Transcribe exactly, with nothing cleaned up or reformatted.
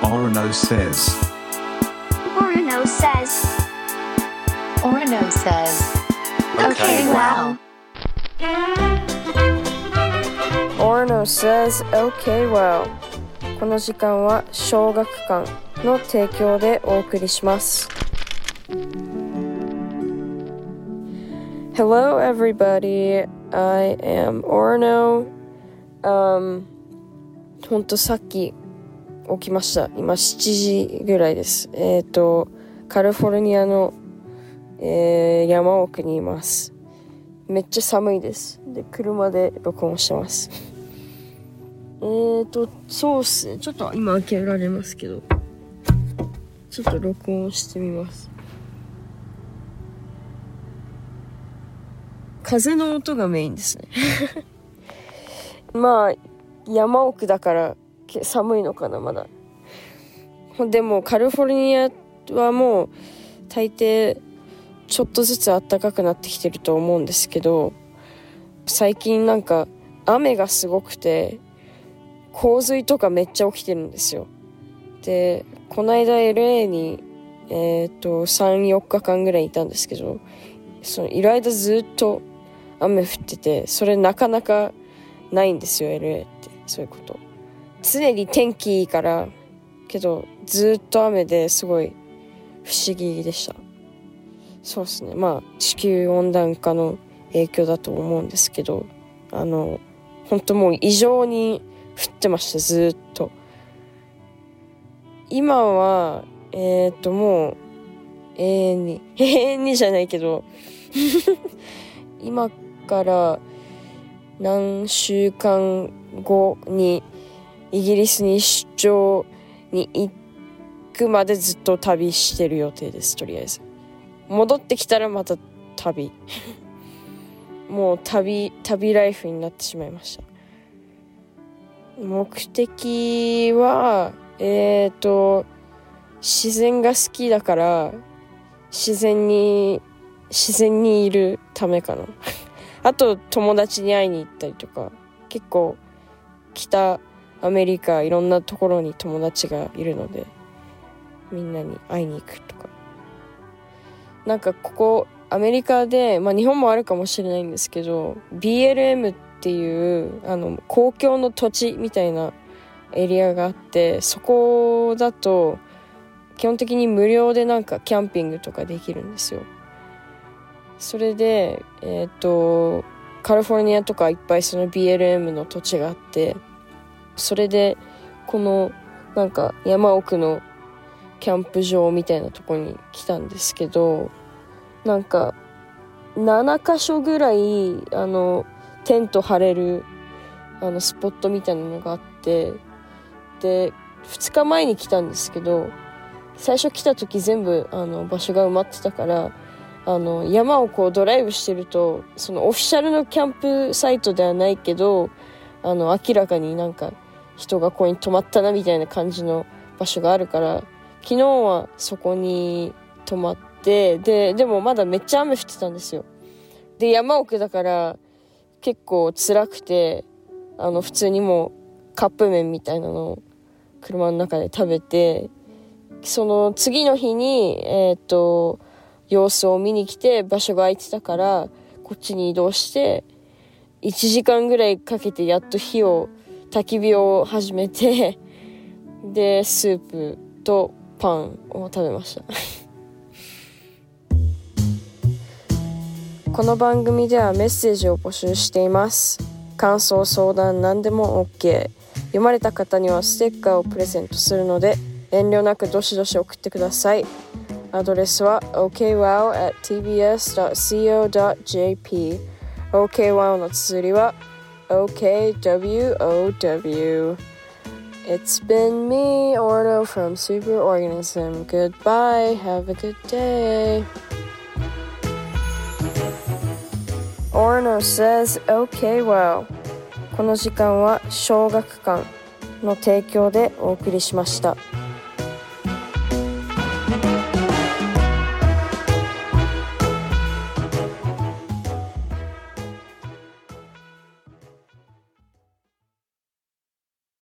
Orono says. Orono says. Orono says. Okay, wow. Orono says, okay, well. この時間は小学館の提供でお送りします。Hello, everybody. I am Orono. Um, ほんとさっき起きました。今しちじぐらいです。えっと、カリフォルニアの、えー、山奥にいます。めっちゃ寒いです。で、車で録音してます。えーと、そうっすね。ちょっと今開けられますけど、ちょっと録音してみます。風の音がメインですね。まあ、山奥だから寒いのかな、まだ。でも、カリフォルニアはもう、大抵、ちょっとずつ暖かくなってきてると思うんですけど、最近なんか、雨がすごくて、洪水とかめっちゃ起きてるんですよ。で、この間 エルエー に、えっと、さん、よっかかんぐらいいたんですけど、その、いる間ずっと雨降ってて、それなかなかないんですよ、エルエー って。そういうこと。常に天気いいから、けど、ずっと雨ですごい不思議でした。そうですね。まあ、地球温暖化の影響だと思うんですけど、あの、本当もう異常に降ってました、ずっと。今は、えっと、もう、永遠に、永遠にじゃないけど、今から何週間後にイギリスに出張に行くまでずっと旅してる予定です、とりあえず。戻ってきたらまた旅。もう旅、旅ライフになってしまいました。目的は、えっと、自然が好きだから、自然に、自然にいるためかな。あと、友達に会いに行ったりとか、結構、北アメリカ、いろんなところに友達がいるので、みんなに会いに行くとか。なんか、ここ、アメリカで、まあ日本もあるかもしれないんですけど、ビーエルエム っていう、あの、公共の土地みたいなエリアがあって、そこだと、基本的に無料でなんかキャンピングとかできるんですよ。それで、えっと、カリフォルニアとかいっぱいその ビーエルエム の土地があって、それで、この、なんか山奥のキャンプ場みたいなとこに来たんですけど、なんか、ななかしょぐらい、あの、テント張れる、あの、スポットみたいなのがあって、で、ふつかまえに来たんですけど、最初来た時全部、あの、場所が埋まってたから、あの、山をこうドライブしてると、そのオフィシャルのキャンプサイトではないけど、あの、明らかになんか、人がここに泊まったなみたいな感じの場所があるから、昨日はそこに泊まって、で, ででもまだめっちゃ雨降ってたんですよ。で山奥だから結構辛くて、あの普通にもうカップ麺みたいなのを車の中で食べて、その次の日にえっと様子を見に来て、場所が空いてたからこっちに移動していちじかんぐらいかけてやっと火を焚き火を始めて、でスープとパンを食べました。この番組ではメッセージを募集しています。感想、相談、何でも OK。 読まれた方にはステッカーをプレゼントするので、遠慮なくどしどし送ってください。アドレスは オーケーワウ アット ティービーエス ドット シーオー ドット ジェーピー。 オーケーワウ の綴りは オーケーダブリューオーダブリュー。 It's been me, Orono from Superorganism. Goodbye. Have a good day. Orono says, okay, well. この時間は小学館の提供でお送りしました。